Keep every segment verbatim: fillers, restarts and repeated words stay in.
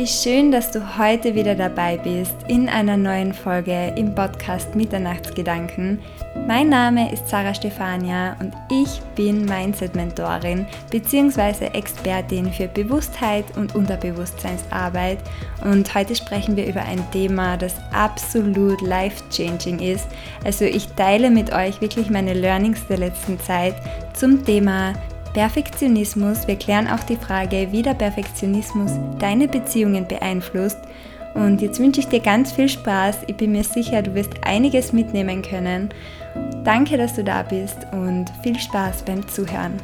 Wie schön, dass du heute wieder dabei bist in einer neuen Folge im Podcast Mitternachtsgedanken. Mein Name ist Sarah Stefania und ich bin Mindset-Mentorin bzw. Expertin für Bewusstheit und Unterbewusstseinsarbeit und heute sprechen wir über ein Thema, das absolut life-changing ist. Also ich teile mit euch wirklich meine Learnings der letzten Zeit zum Thema Perfektionismus. Wir klären auch die Frage, wie der Perfektionismus deine Beziehungen beeinflusst. Und jetzt wünsche ich dir ganz viel Spaß. Ich bin mir sicher, du wirst einiges mitnehmen können. Danke, dass du da bist und viel Spaß beim Zuhören.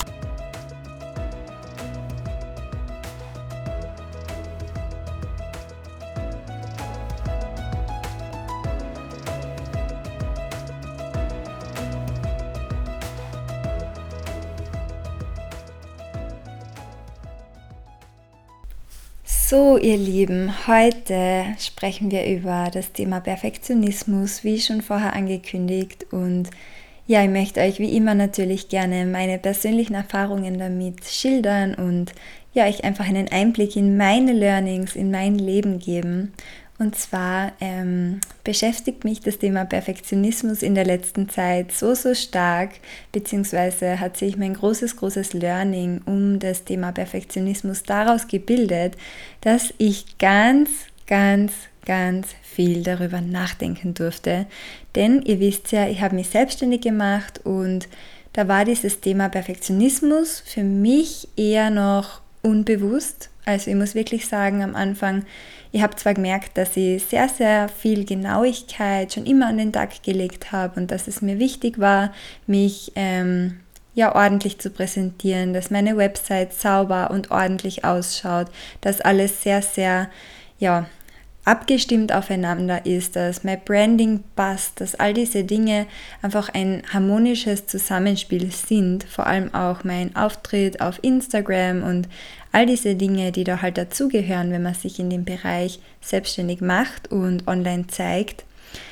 So, ihr Lieben, heute sprechen wir über das Thema Perfektionismus, wie schon vorher angekündigt. Und ja, ich möchte euch wie immer natürlich gerne meine persönlichen Erfahrungen damit schildern und ja, euch einfach einen Einblick in meine Learnings, in mein Leben geben. Und zwar ähm, beschäftigt mich das Thema Perfektionismus in der letzten Zeit so, so stark, beziehungsweise hat sich mein großes, großes Learning um das Thema Perfektionismus daraus gebildet, dass ich ganz, ganz, ganz viel darüber nachdenken durfte. Denn ihr wisst ja, ich habe mich selbstständig gemacht und da war dieses Thema Perfektionismus für mich eher noch unbewusst. Also ich muss wirklich sagen, am Anfang, ich habe zwar gemerkt, dass ich sehr, sehr viel Genauigkeit schon immer an den Tag gelegt habe und dass es mir wichtig war, mich ähm, ja ordentlich zu präsentieren, dass meine Website sauber und ordentlich ausschaut, dass alles sehr, sehr ja, abgestimmt aufeinander ist, dass mein Branding passt, dass all diese Dinge einfach ein harmonisches Zusammenspiel sind, vor allem auch mein Auftritt auf Instagram und all diese Dinge, die da halt dazugehören, wenn man sich in dem Bereich selbstständig macht und online zeigt.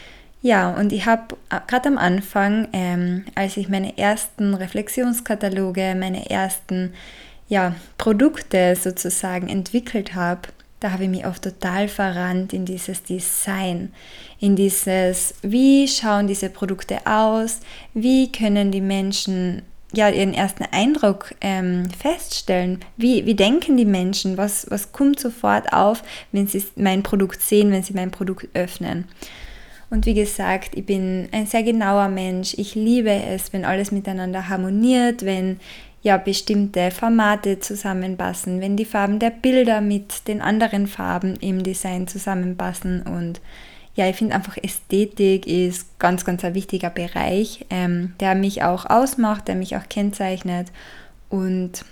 Ja, und ich habe gerade am Anfang, ähm, als ich meine ersten Reflexionskataloge, meine ersten ja, Produkte sozusagen entwickelt habe, da habe ich mich oft total verrannt in dieses Design, in dieses, wie schauen diese Produkte aus, wie können die Menschen ja ihren ersten Eindruck ähm, feststellen, wie, wie denken die Menschen, was, was kommt sofort auf, wenn sie mein Produkt sehen, wenn sie mein Produkt öffnen. Und wie gesagt, ich bin ein sehr genauer Mensch, ich liebe es, wenn alles miteinander harmoniert, wenn ja bestimmte Formate zusammenpassen, wenn die Farben der Bilder mit den anderen Farben im Design zusammenpassen. Und ja, ich finde einfach, Ästhetik ist ganz, ganz ein wichtiger Bereich, ähm, der mich auch ausmacht, der mich auch kennzeichnet. Und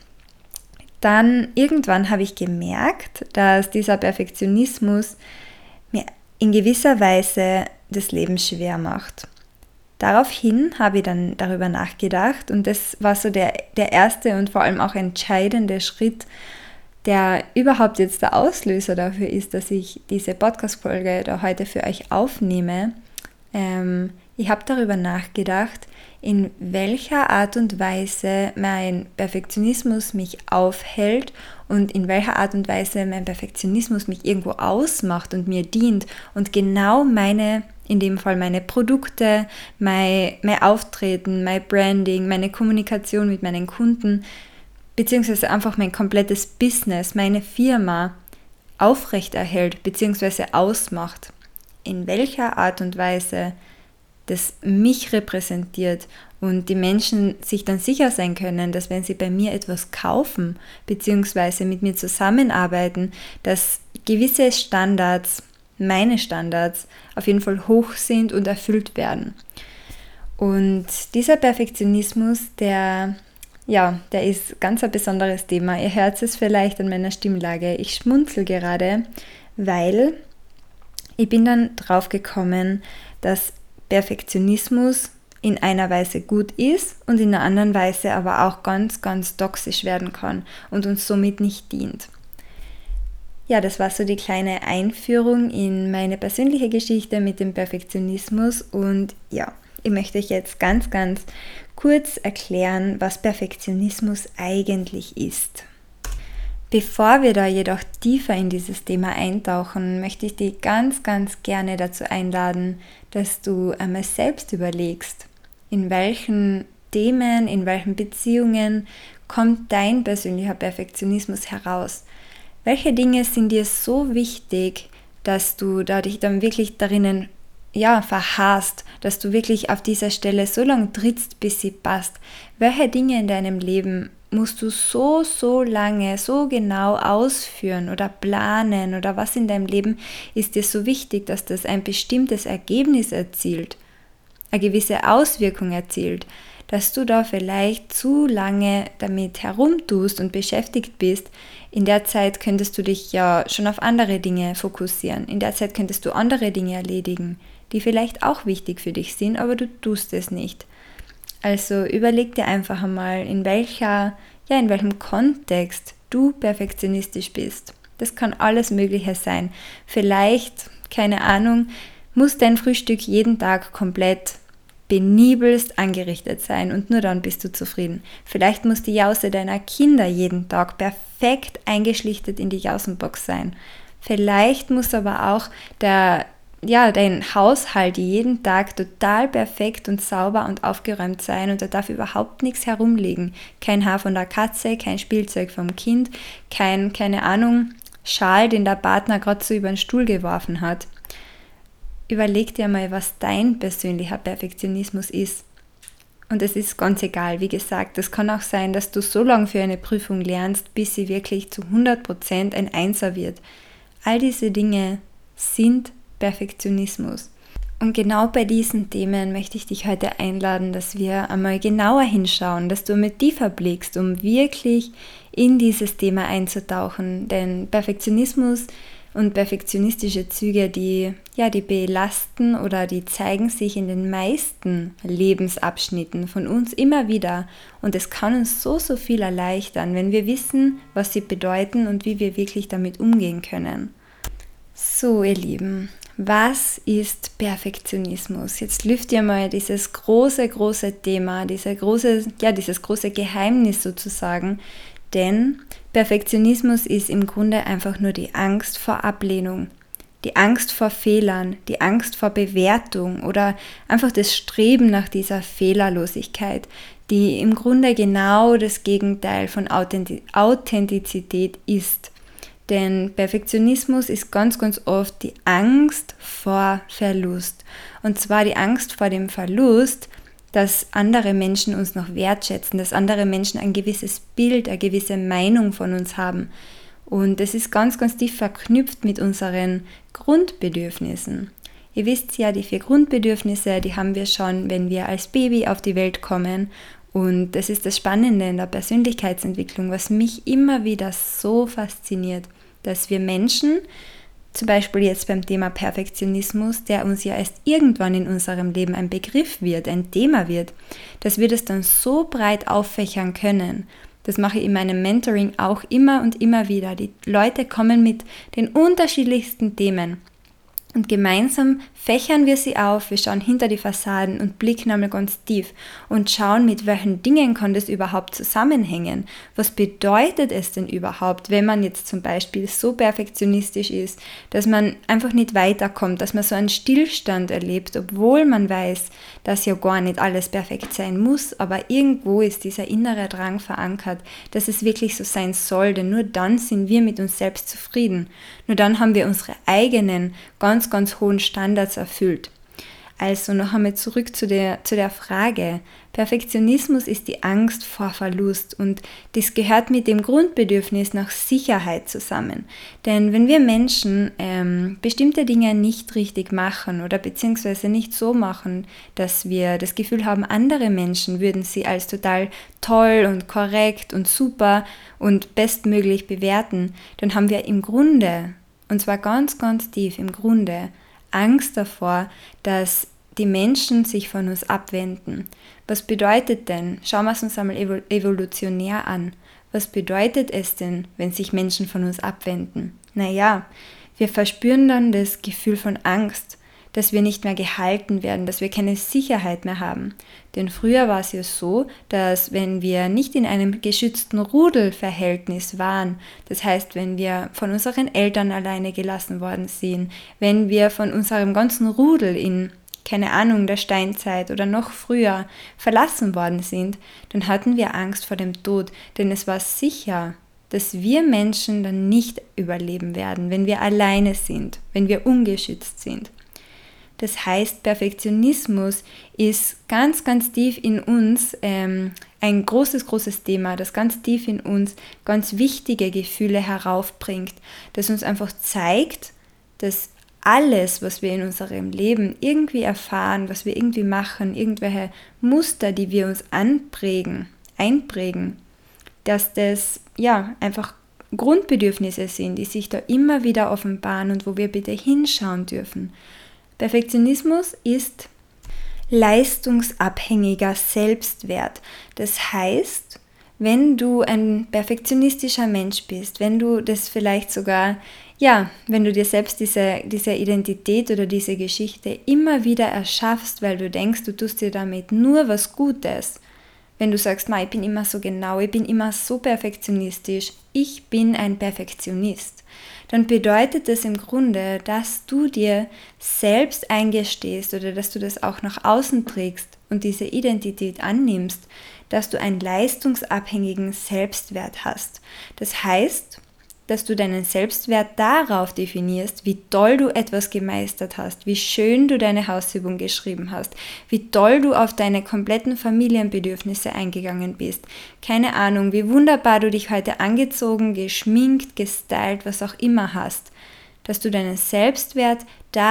dann irgendwann habe ich gemerkt, dass dieser Perfektionismus mir in gewisser Weise das Leben schwer macht. Daraufhin habe ich dann darüber nachgedacht und das war so der, der erste und vor allem auch entscheidende Schritt, der überhaupt jetzt der Auslöser dafür ist, dass ich diese Podcast-Folge da heute für euch aufnehme. Ähm, ich habe darüber nachgedacht, in welcher Art und Weise mein Perfektionismus mich aufhält und in welcher Art und Weise mein Perfektionismus mich irgendwo ausmacht und mir dient und genau meine, in dem Fall meine Produkte, mein, mein Auftreten, mein Branding, meine Kommunikation mit meinen Kunden, beziehungsweise einfach mein komplettes Business, meine Firma aufrechterhält, beziehungsweise ausmacht. In welcher Art und Weise das mich repräsentiert und die Menschen sich dann sicher sein können, dass wenn sie bei mir etwas kaufen, beziehungsweise mit mir zusammenarbeiten, dass gewisse Standards, meine Standards, auf jeden Fall hoch sind und erfüllt werden. Und dieser Perfektionismus, der, ja, der ist ganz ein besonderes Thema. Ihr hört es vielleicht an meiner Stimmlage. Ich schmunzel gerade, weil ich bin dann drauf gekommen, dass Perfektionismus in einer Weise gut ist und in einer anderen Weise aber auch ganz, ganz toxisch werden kann und uns somit nicht dient. Ja, das war so die kleine Einführung in meine persönliche Geschichte mit dem Perfektionismus und ja, ich möchte euch jetzt ganz, ganz kurz erklären, was Perfektionismus eigentlich ist. Bevor wir da jedoch tiefer in dieses Thema eintauchen, möchte ich dich ganz, ganz gerne dazu einladen, dass du einmal selbst überlegst, in welchen Themen, in welchen Beziehungen kommt dein persönlicher Perfektionismus heraus. Welche Dinge sind dir so wichtig, dass du da dich dann wirklich darinnen ja, verharrst, dass du wirklich auf dieser Stelle so lange trittst, bis sie passt? Welche Dinge in deinem Leben musst du so, so lange, so genau ausführen oder planen, oder was in deinem Leben ist dir so wichtig, dass das ein bestimmtes Ergebnis erzielt, eine gewisse Auswirkung erzielt, dass du da vielleicht zu lange damit herumtust und beschäftigt bist. In der Zeit könntest du dich ja schon auf andere Dinge fokussieren. In der Zeit könntest du andere Dinge erledigen, die vielleicht auch wichtig für dich sind, aber du tust es nicht. Also überleg dir einfach einmal, in welcher, ja, in welchem Kontext du perfektionistisch bist. Das kann alles Mögliche sein. Vielleicht, keine Ahnung, muss dein Frühstück jeden Tag komplett penibelst angerichtet sein und nur dann bist du zufrieden. Vielleicht muss die Jause deiner Kinder jeden Tag perfekt eingeschlichtet in die Jausenbox sein. Vielleicht muss aber auch der ja, dein Haushalt jeden Tag total perfekt und sauber und aufgeräumt sein und da darf überhaupt nichts herumliegen. Kein Haar von der Katze, kein Spielzeug vom Kind, kein, keine Ahnung, Schal, den der Partner gerade so über den Stuhl geworfen hat. Überleg dir mal, was dein persönlicher Perfektionismus ist. Und es ist ganz egal, wie gesagt, es kann auch sein, dass du so lange für eine Prüfung lernst, bis sie wirklich zu hundert Prozent ein Einser wird. All diese Dinge sind Perfektionismus. Und genau bei diesen Themen möchte ich dich heute einladen, dass wir einmal genauer hinschauen, dass du mit tiefer blickst, um wirklich in dieses Thema einzutauchen. Denn Perfektionismus und perfektionistische Züge, die, ja, die belasten oder die zeigen sich in den meisten Lebensabschnitten von uns immer wieder. Und es kann uns so, so viel erleichtern, wenn wir wissen, was sie bedeuten und wie wir wirklich damit umgehen können. So, ihr Lieben, was ist Perfektionismus? Jetzt lüft ihr mal dieses große, große Thema, diese große, ja, dieses große Geheimnis sozusagen, denn Perfektionismus ist im Grunde einfach nur die Angst vor Ablehnung, die Angst vor Fehlern, die Angst vor Bewertung oder einfach das Streben nach dieser Fehlerlosigkeit, die im Grunde genau das Gegenteil von Authentizität ist. Denn Perfektionismus ist ganz, ganz oft die Angst vor Verlust. Und zwar die Angst vor dem Verlust, dass andere Menschen uns noch wertschätzen, dass andere Menschen ein gewisses Bild, eine gewisse Meinung von uns haben. Und es ist ganz, ganz tief verknüpft mit unseren Grundbedürfnissen. Ihr wisst ja, die vier Grundbedürfnisse, die haben wir schon, wenn wir als Baby auf die Welt kommen. Und das ist das Spannende in der Persönlichkeitsentwicklung, was mich immer wieder so fasziniert, dass wir Menschen, zum Beispiel jetzt beim Thema Perfektionismus, der uns ja erst irgendwann in unserem Leben ein Begriff wird, ein Thema wird, dass wir das dann so breit auffächern können. Das mache ich in meinem Mentoring auch immer und immer wieder. Die Leute kommen mit den unterschiedlichsten Themen. Und gemeinsam fächern wir sie auf, wir schauen hinter die Fassaden und blicken einmal ganz tief und schauen, mit welchen Dingen kann das überhaupt zusammenhängen. Was bedeutet es denn überhaupt, wenn man jetzt zum Beispiel so perfektionistisch ist, dass man einfach nicht weiterkommt, dass man so einen Stillstand erlebt, obwohl man weiß, dass ja gar nicht alles perfekt sein muss, aber irgendwo ist dieser innere Drang verankert, dass es wirklich so sein soll, denn nur dann sind wir mit uns selbst zufrieden. Nur dann haben wir unsere eigenen, ganz ganz, ganz hohen Standards erfüllt. Also noch einmal zurück zu der, zu der Frage. Perfektionismus ist die Angst vor Verlust und das gehört mit dem Grundbedürfnis nach Sicherheit zusammen. Denn wenn wir Menschen ähm, bestimmte Dinge nicht richtig machen oder beziehungsweise nicht so machen, dass wir das Gefühl haben, andere Menschen würden sie als total toll und korrekt und super und bestmöglich bewerten, dann haben wir im Grunde, und zwar ganz, ganz tief im Grunde, Angst davor, dass die Menschen sich von uns abwenden. Was bedeutet denn, schauen wir es uns einmal evolutionär an, was bedeutet es denn, wenn sich Menschen von uns abwenden? Naja, wir verspüren dann das Gefühl von Angst. dass wir nicht mehr gehalten werden, dass wir keine Sicherheit mehr haben. Denn früher war es ja so, dass wenn wir nicht in einem geschützten Rudelverhältnis waren, das heißt, wenn wir von unseren Eltern alleine gelassen worden sind, wenn wir von unserem ganzen Rudel in, keine Ahnung, der Steinzeit oder noch früher verlassen worden sind, dann hatten wir Angst vor dem Tod, denn es war sicher, dass wir Menschen dann nicht überleben werden, wenn wir alleine sind, wenn wir ungeschützt sind. Das heißt, Perfektionismus ist ganz, ganz tief in uns ähm, ein großes, großes Thema, das ganz tief in uns ganz wichtige Gefühle heraufbringt, das uns einfach zeigt, dass alles, was wir in unserem Leben irgendwie erfahren, was wir irgendwie machen, irgendwelche Muster, die wir uns anprägen, einprägen, dass das ja einfach Grundbedürfnisse sind, die sich da immer wieder offenbaren und wo wir bitte hinschauen dürfen. Perfektionismus ist leistungsabhängiger Selbstwert. Das heißt, wenn du ein perfektionistischer Mensch bist, wenn du das vielleicht sogar, ja, wenn du dir selbst diese, diese Identität oder diese Geschichte immer wieder erschaffst, weil du denkst, du tust dir damit nur was Gutes, wenn du sagst, ich bin immer so genau, ich bin immer so perfektionistisch, ich bin ein Perfektionist, dann bedeutet das im Grunde, dass du dir selbst eingestehst oder dass du das auch nach außen trägst und diese Identität annimmst, dass du einen leistungsabhängigen Selbstwert hast. Das heißt, dass du deinen Selbstwert darauf definierst, wie toll du etwas gemeistert hast, wie schön du deine Hausübung geschrieben hast, wie toll du auf deine kompletten Familienbedürfnisse eingegangen bist. Keine Ahnung, wie wunderbar du dich heute angezogen, geschminkt, gestylt, was auch immer hast. Dass du deinen Selbstwert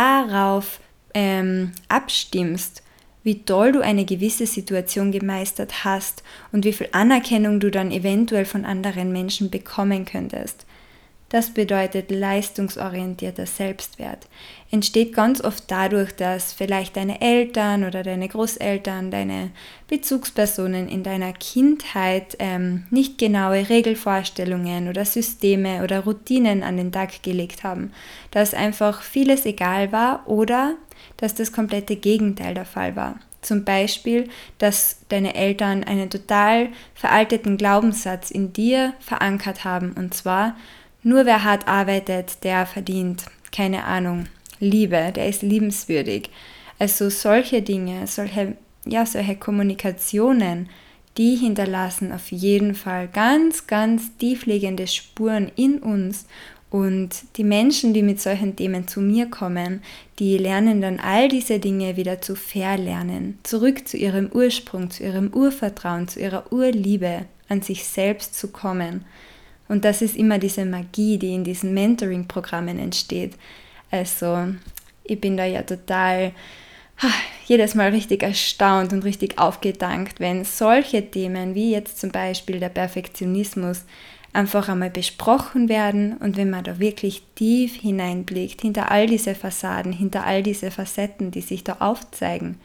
darauf ähm, abstimmst, wie toll du eine gewisse Situation gemeistert hast und wie viel Anerkennung du dann eventuell von anderen Menschen bekommen könntest. Das bedeutet leistungsorientierter Selbstwert. Entsteht ganz oft dadurch, dass vielleicht deine Eltern oder deine Großeltern, deine Bezugspersonen in deiner Kindheit ähm, nicht genaue Regelvorstellungen oder Systeme oder Routinen an den Tag gelegt haben, dass einfach vieles egal war oder dass das komplette Gegenteil der Fall war. Zum Beispiel, dass deine Eltern einen total veralteten Glaubenssatz in dir verankert haben, und zwar: Nur wer hart arbeitet, der verdient, keine Ahnung, Liebe, der ist liebenswürdig. Also solche Dinge, solche, ja, solche Kommunikationen, die hinterlassen auf jeden Fall ganz, ganz tiefliegende Spuren in uns. Und die Menschen, die mit solchen Themen zu mir kommen, die lernen dann all diese Dinge wieder zu verlernen, zurück zu ihrem Ursprung, zu ihrem Urvertrauen, zu ihrer Urliebe, an sich selbst zu kommen. Und das ist immer diese Magie, die in diesen Mentoring-Programmen entsteht. Also ich bin da ja total ha, jedes Mal richtig erstaunt und richtig aufgetankt, wenn solche Themen wie jetzt zum Beispiel der Perfektionismus einfach einmal besprochen werden und wenn man da wirklich tief hineinblickt, hinter all diese Fassaden, hinter all diese Facetten, die sich da aufzeigen.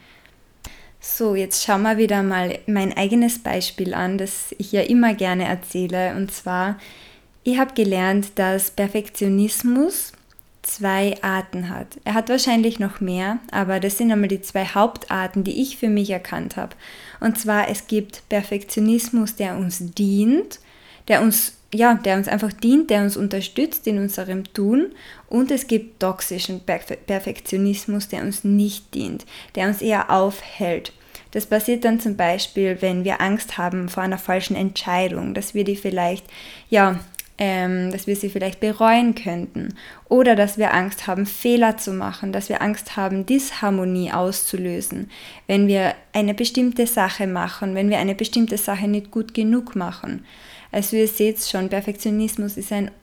So, jetzt schauen wir wieder mal mein eigenes Beispiel an, das ich ja immer gerne erzähle. Und zwar, ich habe gelernt, dass Perfektionismus zwei Arten hat. Er hat wahrscheinlich noch mehr, aber das sind einmal die zwei Hauptarten, die ich für mich erkannt habe. Und zwar, es gibt Perfektionismus, der uns dient, der uns, ja, der uns einfach dient, der uns unterstützt in unserem Tun. Und es gibt toxischen Perfe- Perfektionismus, der uns nicht dient, der uns eher aufhält. Das passiert dann zum Beispiel, wenn wir Angst haben vor einer falschen Entscheidung, dass wir die vielleicht, ja, ähm, dass wir sie vielleicht bereuen könnten. Oder dass wir Angst haben, Fehler zu machen, dass wir Angst haben, Disharmonie auszulösen, wenn wir eine bestimmte Sache machen, wenn wir eine bestimmte Sache nicht gut genug machen. Also ihr seht schon, Perfektionismus ist ein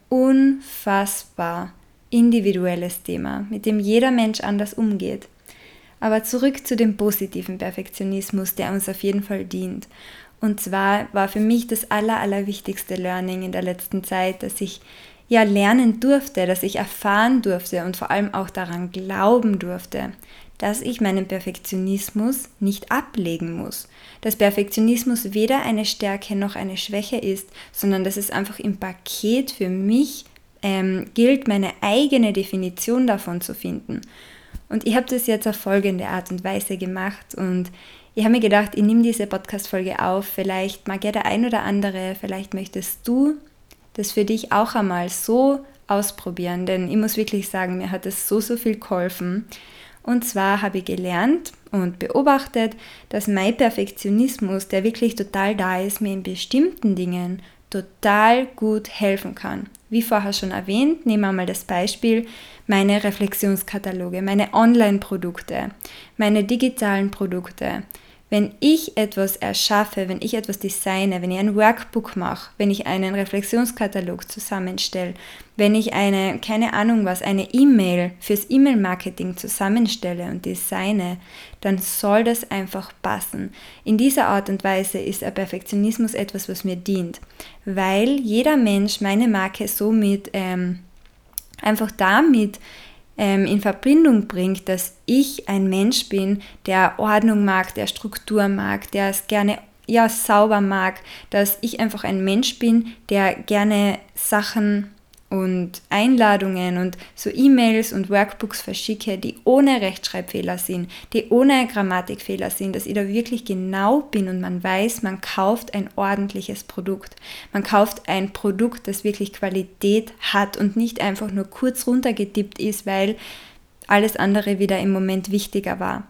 unfassbar individuelles Thema, mit dem jeder Mensch anders umgeht. Aber zurück zu dem positiven Perfektionismus, der uns auf jeden Fall dient. Und zwar war für mich das aller, allerwichtigste Learning in der letzten Zeit, dass ich ja lernen durfte, dass ich erfahren durfte und vor allem auch daran glauben durfte, dass ich meinen Perfektionismus nicht ablegen muss. Dass Perfektionismus weder eine Stärke noch eine Schwäche ist, sondern dass es einfach im Paket für mich ähm, gilt, meine eigene Definition davon zu finden. Und ich habe das jetzt auf folgende Art und Weise gemacht und ich habe mir gedacht, ich nehme diese Podcast-Folge auf, vielleicht mag ja der ein oder andere, vielleicht möchtest du das für dich auch einmal so ausprobieren, denn ich muss wirklich sagen, mir hat es so, so viel geholfen. Und zwar habe ich gelernt und beobachtet, dass mein Perfektionismus, der wirklich total da ist, mir in bestimmten Dingen total gut helfen kann. Wie vorher schon erwähnt, nehmen wir mal das Beispiel, meine Reflexionskataloge, meine Online-Produkte, meine digitalen Produkte. Wenn ich etwas erschaffe, wenn ich etwas designe, wenn ich ein Workbook mache, wenn ich einen Reflexionskatalog zusammenstelle, wenn ich eine, keine Ahnung was, eine E-Mail fürs E-Mail-Marketing zusammenstelle und designe, dann soll das einfach passen. In dieser Art und Weise ist der Perfektionismus etwas, was mir dient, weil jeder Mensch meine Marke somit ähm, einfach damit in Verbindung bringt, dass ich ein Mensch bin, der Ordnung mag, der Struktur mag, der es gerne ja, sauber mag, dass ich einfach ein Mensch bin, der gerne Sachen und Einladungen und so E-Mails und Workbooks verschicke, die ohne Rechtschreibfehler sind, die ohne Grammatikfehler sind, dass ich da wirklich genau bin und man weiß, man kauft ein ordentliches Produkt. Man kauft ein Produkt, das wirklich Qualität hat und nicht einfach nur kurz runtergetippt ist, weil alles andere wieder im Moment wichtiger war.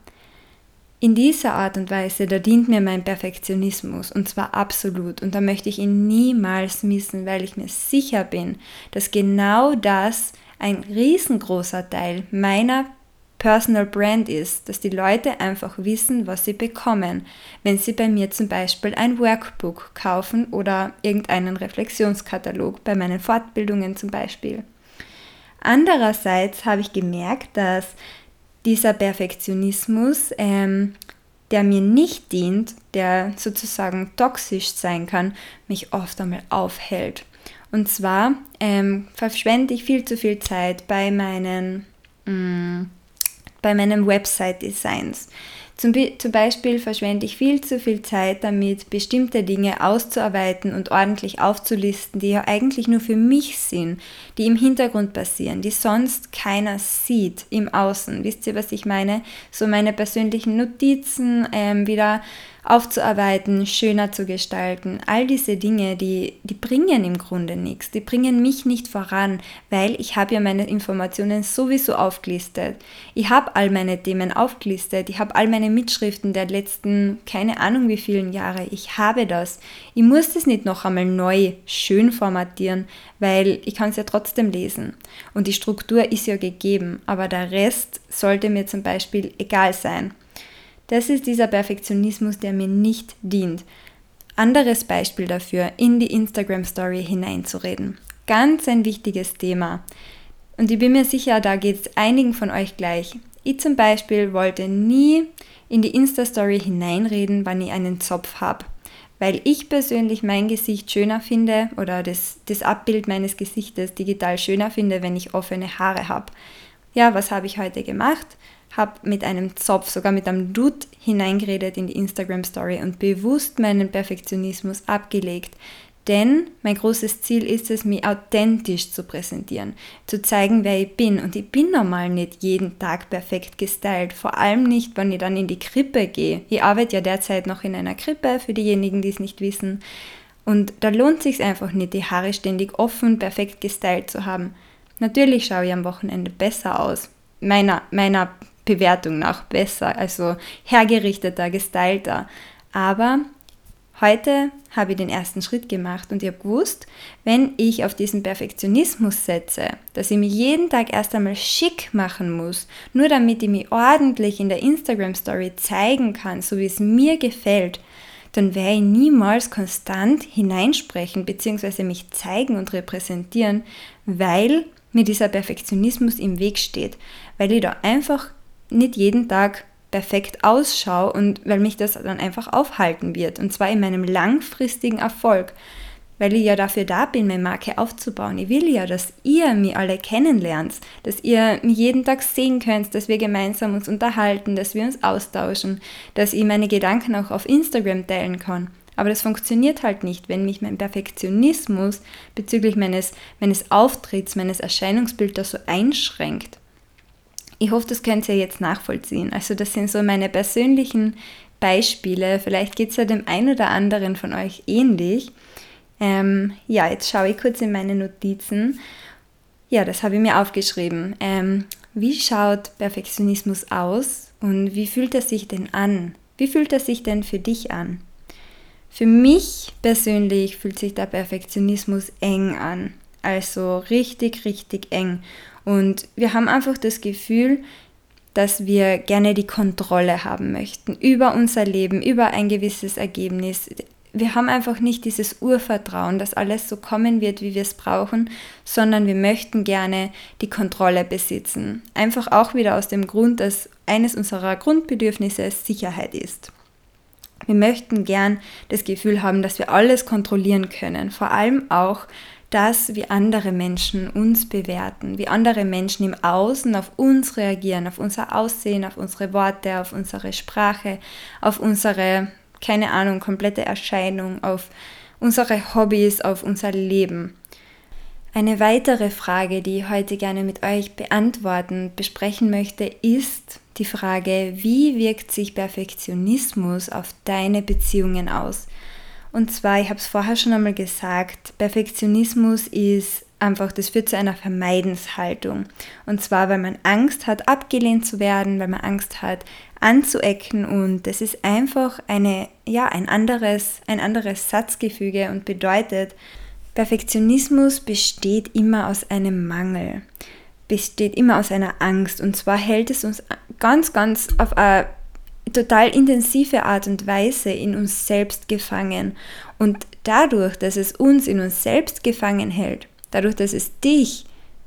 In dieser Art und Weise, da dient mir mein Perfektionismus und zwar absolut und da möchte ich ihn niemals missen, weil ich mir sicher bin, dass genau das ein riesengroßer Teil meiner Personal Brand ist, dass die Leute einfach wissen, was sie bekommen, wenn sie bei mir zum Beispiel ein Workbook kaufen oder irgendeinen Reflexionskatalog, bei meinen Fortbildungen zum Beispiel. Andererseits habe ich gemerkt, dass dieser Perfektionismus, ähm, der mir nicht dient, der sozusagen toxisch sein kann, mich oft einmal aufhält. Und zwar ähm, verschwende ich viel zu viel Zeit bei meinen, mh, bei meinen Website-Designs. Zum, zum Beispiel verschwende ich viel zu viel Zeit damit, bestimmte Dinge auszuarbeiten und ordentlich aufzulisten, die ja eigentlich nur für mich sind, die im Hintergrund passieren, die sonst keiner sieht im Außen. Wisst ihr, was ich meine? So meine persönlichen Notizen ähm, wieder aufzuarbeiten, schöner zu gestalten. All diese Dinge, die, die bringen im Grunde nichts. Die bringen mich nicht voran, weil ich habe ja meine Informationen sowieso aufgelistet. Ich habe all meine Themen aufgelistet. Ich habe all meine Mitschriften der letzten, keine Ahnung wie vielen Jahre. Ich habe das. Ich muss das nicht noch einmal neu schön formatieren, weil ich kann es ja trotzdem lesen. Und die Struktur ist ja gegeben, aber der Rest sollte mir zum Beispiel egal sein. Das ist dieser Perfektionismus, der mir nicht dient. Anderes Beispiel dafür, in die Instagram-Story hineinzureden. Ganz ein wichtiges Thema. Und ich bin mir sicher, da geht es einigen von euch gleich. Ich zum Beispiel wollte nie in die Insta-Story hineinreden, wann ich einen Zopf habe. Weil ich persönlich mein Gesicht schöner finde oder das, das Abbild meines Gesichtes digital schöner finde, wenn ich offene Haare habe. Ja, was habe ich heute gemacht? Habe mit einem Zopf, sogar mit einem Dutt hineingeredet in die Instagram-Story und bewusst meinen Perfektionismus abgelegt. Denn mein großes Ziel ist es, mich authentisch zu präsentieren, zu zeigen, wer ich bin. Und ich bin normal nicht jeden Tag perfekt gestylt, vor allem nicht, wenn ich dann in die Krippe gehe. Ich arbeite ja derzeit noch in einer Krippe, für diejenigen, die es nicht wissen. Und da lohnt es sich einfach nicht, die Haare ständig offen, perfekt gestylt zu haben. Natürlich schaue ich am Wochenende besser aus, meiner, meiner Bewertung nach besser, also hergerichteter, gestylter. Aber heute habe ich den ersten Schritt gemacht und ich habe gewusst, wenn ich auf diesen Perfektionismus setze, dass ich mich jeden Tag erst einmal schick machen muss, nur damit ich mich ordentlich in der Instagram-Story zeigen kann, so wie es mir gefällt, dann werde ich niemals konstant hineinsprechen bzw. mich zeigen und repräsentieren, weil mir dieser Perfektionismus im Weg steht, weil ich da einfach nicht jeden Tag perfekt ausschaue und weil mich das dann einfach aufhalten wird und zwar in meinem langfristigen Erfolg, weil ich ja dafür da bin, meine Marke aufzubauen. Ich will ja, dass ihr mich alle kennenlernt, dass ihr mich jeden Tag sehen könnt, dass wir gemeinsam uns unterhalten, dass wir uns austauschen, dass ich meine Gedanken auch auf Instagram teilen kann. Aber das funktioniert halt nicht, wenn mich mein Perfektionismus bezüglich meines, meines Auftritts, meines Erscheinungsbildes so einschränkt. Ich hoffe, das könnt ihr jetzt nachvollziehen. Also das sind so meine persönlichen Beispiele. Vielleicht geht es ja dem einen oder anderen von euch ähnlich. Ähm, ja, jetzt schaue ich kurz in meine Notizen. Ja, das habe ich mir aufgeschrieben. Ähm, wie schaut Perfektionismus aus und wie fühlt er sich denn an? Wie fühlt er sich denn für dich an? Für mich persönlich fühlt sich der Perfektionismus eng an. Also richtig, richtig eng. Und wir haben einfach das Gefühl, dass wir gerne die Kontrolle haben möchten über unser Leben, über ein gewisses Ergebnis. Wir haben einfach nicht dieses Urvertrauen, dass alles so kommen wird, wie wir es brauchen, sondern wir möchten gerne die Kontrolle besitzen. Einfach auch wieder aus dem Grund, dass eines unserer Grundbedürfnisse Sicherheit ist. Wir möchten gern das Gefühl haben, dass wir alles kontrollieren können, vor allem auch das, wie andere Menschen uns bewerten, wie andere Menschen im Außen auf uns reagieren, auf unser Aussehen, auf unsere Worte, auf unsere Sprache, auf unsere, keine Ahnung, komplette Erscheinung, auf unsere Hobbys, auf unser Leben. Eine weitere Frage, die ich heute gerne mit euch beantworten, besprechen möchte, ist die Frage, wie wirkt sich Perfektionismus auf deine Beziehungen aus? Und zwar, ich habe es vorher schon einmal gesagt, Perfektionismus ist einfach, das führt zu einer Vermeidenshaltung. Und zwar, weil man Angst hat, abgelehnt zu werden, weil man Angst hat, anzuecken. Und das ist einfach eine, ja, ein anderes, ein anderes Satzgefüge und bedeutet, Perfektionismus besteht immer aus einem Mangel, besteht immer aus einer Angst. Und zwar hält es uns ganz, ganz auf eine total intensive Art und Weise in uns selbst gefangen. Und dadurch, dass es uns in uns selbst gefangen hält, dadurch, dass es dich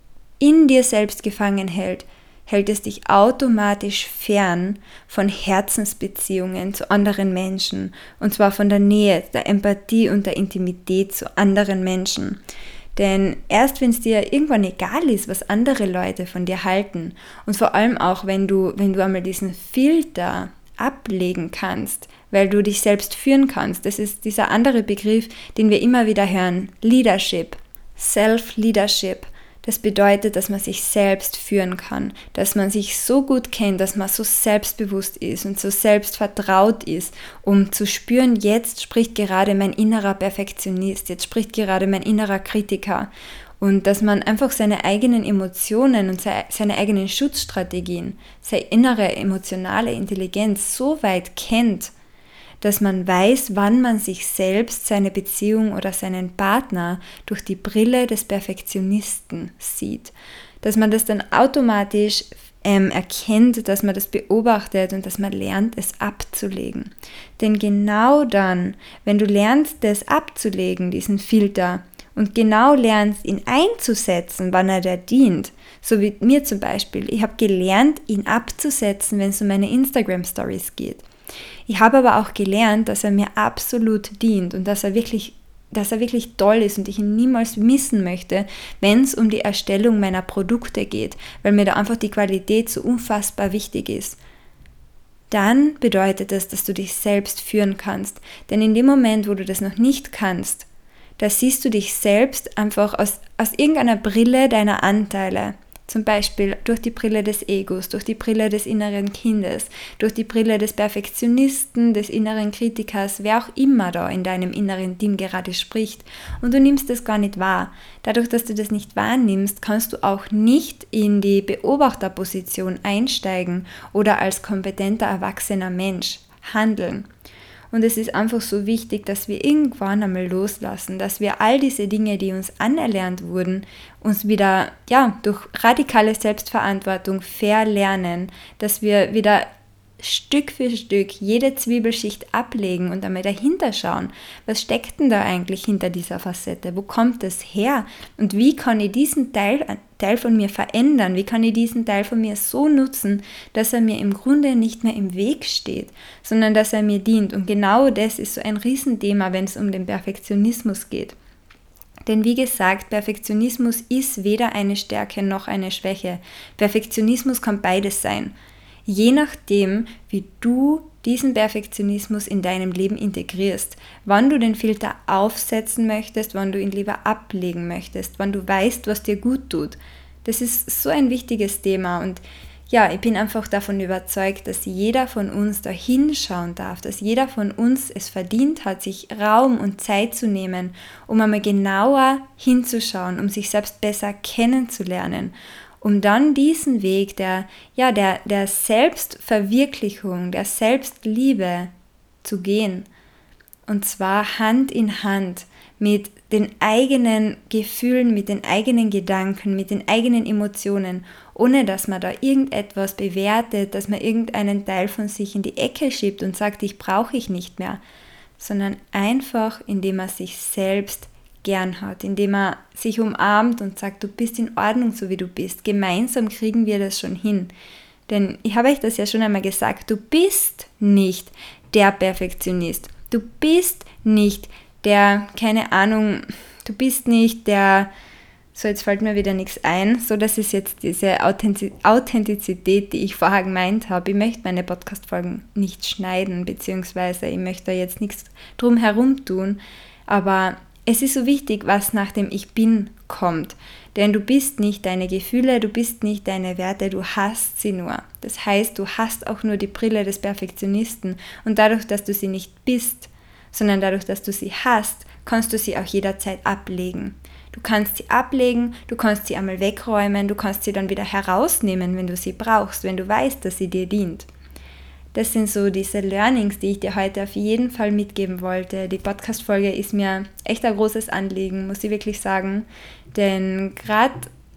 in dir selbst gefangen hält, hält es dich automatisch fern von Herzensbeziehungen zu anderen Menschen. Und zwar von der Nähe, der Empathie und der Intimität zu anderen Menschen. Denn erst wenn es dir irgendwann egal ist, was andere Leute von dir halten und vor allem auch, wenn du, wenn du einmal diesen Filter ablegen kannst, weil du dich selbst führen kannst. Das ist dieser andere Begriff, den wir immer wieder hören, Leadership, Self-Leadership. Das bedeutet, dass man sich selbst führen kann, dass man sich so gut kennt, dass man so selbstbewusst ist und so selbstvertraut ist, um zu spüren, jetzt spricht gerade mein innerer Perfektionist, jetzt spricht gerade mein innerer Kritiker. Und dass man einfach seine eigenen Emotionen und seine eigenen Schutzstrategien, seine innere emotionale Intelligenz so weit kennt, dass man weiß, wann man sich selbst, seine Beziehung oder seinen Partner durch die Brille des Perfektionisten sieht. Dass man das dann automatisch ähm, erkennt, dass man das beobachtet und dass man lernt, es abzulegen. Denn genau dann, wenn du lernst, das abzulegen, diesen Filter, und genau lernst, ihn einzusetzen, wann er dir dient. So wie mir zum Beispiel. Ich habe gelernt, ihn abzusetzen, wenn es um meine Instagram-Stories geht. Ich habe aber auch gelernt, dass er mir absolut dient und dass er wirklich, dass er wirklich toll ist und ich ihn niemals missen möchte, wenn es um die Erstellung meiner Produkte geht, weil mir da einfach die Qualität so unfassbar wichtig ist. Dann bedeutet das, dass du dich selbst führen kannst. Denn in dem Moment, wo du das noch nicht kannst, da siehst du dich selbst einfach aus, aus irgendeiner Brille deiner Anteile. Zum Beispiel durch die Brille des Egos, durch die Brille des inneren Kindes, durch die Brille des Perfektionisten, des inneren Kritikers, wer auch immer da in deinem inneren Team gerade spricht. Und du nimmst das gar nicht wahr. Dadurch, dass du das nicht wahrnimmst, kannst du auch nicht in die Beobachterposition einsteigen oder als kompetenter, erwachsener Mensch handeln. Und es ist einfach so wichtig, dass wir irgendwann einmal loslassen, dass wir all diese Dinge, die uns anerlernt wurden, uns wieder ja, durch radikale Selbstverantwortung verlernen, dass wir wieder Stück für Stück jede Zwiebelschicht ablegen und einmal dahinter schauen, was steckt denn da eigentlich hinter dieser Facette, wo kommt das her und wie kann ich diesen Teil, Teil von mir verändern, wie kann ich diesen Teil von mir so nutzen, dass er mir im Grunde nicht mehr im Weg steht, sondern dass er mir dient. Und genau das ist so ein Riesenthema, wenn es um den Perfektionismus geht. Denn wie gesagt, Perfektionismus ist weder eine Stärke noch eine Schwäche. Perfektionismus kann beides sein. Je nachdem, wie du diesen Perfektionismus in deinem Leben integrierst, wann du den Filter aufsetzen möchtest, wann du ihn lieber ablegen möchtest, wann du weißt, was dir gut tut. Das ist so ein wichtiges Thema und ja, ich bin einfach davon überzeugt, dass jeder von uns da hinschauen darf, dass jeder von uns es verdient hat, sich Raum und Zeit zu nehmen, um einmal genauer hinzuschauen, um sich selbst besser kennenzulernen, um dann diesen Weg der, ja, der, der Selbstverwirklichung, der Selbstliebe zu gehen. Und zwar Hand in Hand mit den eigenen Gefühlen, mit den eigenen Gedanken, mit den eigenen Emotionen, ohne dass man da irgendetwas bewertet, dass man irgendeinen Teil von sich in die Ecke schiebt und sagt, ich brauche ich nicht mehr, sondern einfach, indem man sich selbst gern hat, indem man sich umarmt und sagt, du bist in Ordnung, so wie du bist. Gemeinsam kriegen wir das schon hin. Denn ich habe euch das ja schon einmal gesagt, du bist nicht der Perfektionist. Du bist nicht der, keine Ahnung, du bist nicht der, so jetzt fällt mir wieder nichts ein, so das ist jetzt diese Authentizität, die ich vorher gemeint habe. Ich möchte meine Podcast-Folgen nicht schneiden, beziehungsweise ich möchte da jetzt nichts drum herum tun, aber es ist so wichtig, was nach dem Ich Bin kommt, denn du bist nicht deine Gefühle, du bist nicht deine Werte, du hast sie nur. Das heißt, du hast auch nur die Brille des Perfektionisten und dadurch, dass du sie nicht bist, sondern dadurch, dass du sie hast, kannst du sie auch jederzeit ablegen. Du kannst sie ablegen, du kannst sie einmal wegräumen, du kannst sie dann wieder herausnehmen, wenn du sie brauchst, wenn du weißt, dass sie dir dient. Das sind so diese Learnings, die ich dir heute auf jeden Fall mitgeben wollte. Die Podcast-Folge ist mir echt ein großes Anliegen, muss ich wirklich sagen. Denn gerade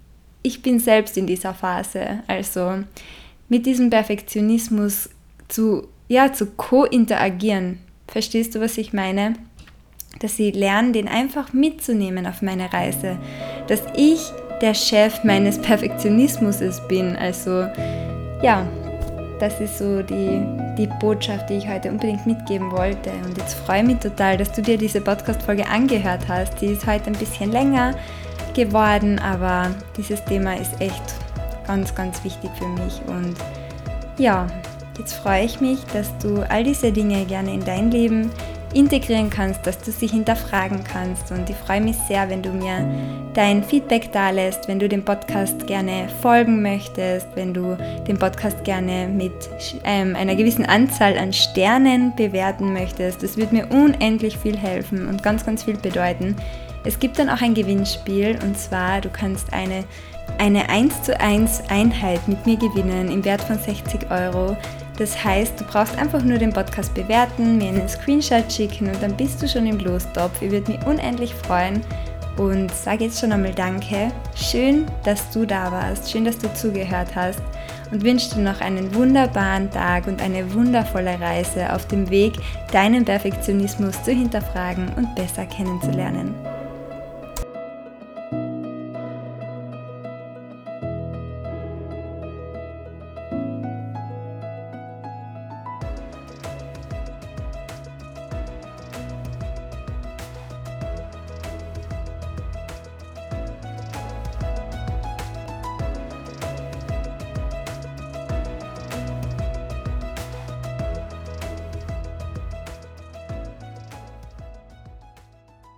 ich bin selbst in dieser Phase. Also mit diesem Perfektionismus zu, ja, zu co-interagieren. Verstehst du, was ich meine? Dass ich lerne, den einfach mitzunehmen auf meine Reise. Dass ich der Chef meines Perfektionismus bin. Also ja, das ist so die, die Botschaft, die ich heute unbedingt mitgeben wollte. Und jetzt freue ich mich total, dass du dir diese Podcast-Folge angehört hast. Die ist heute ein bisschen länger geworden, aber dieses Thema ist echt ganz, ganz wichtig für mich. Und ja, jetzt freue ich mich, dass du all diese Dinge gerne in dein Leben integrieren kannst, dass du sie hinterfragen kannst, und ich freue mich sehr, wenn du mir dein Feedback dalässt, wenn du dem Podcast gerne folgen möchtest, wenn du den Podcast gerne mit ähm, einer gewissen Anzahl an Sternen bewerten möchtest. Das wird mir unendlich viel helfen und ganz, ganz viel bedeuten. Es gibt dann auch ein Gewinnspiel, und zwar, du kannst eine eine eins zu eins Einheit mit mir gewinnen im Wert von sechzig Euro. Das heißt, du brauchst einfach nur den Podcast bewerten, mir einen Screenshot schicken und dann bist du schon im Lostopf. Ich würde mich unendlich freuen und sage jetzt schon einmal Danke. Schön, dass du da warst, schön, dass du zugehört hast, und wünsche dir noch einen wunderbaren Tag und eine wundervolle Reise auf dem Weg, deinen Perfektionismus zu hinterfragen und besser kennenzulernen.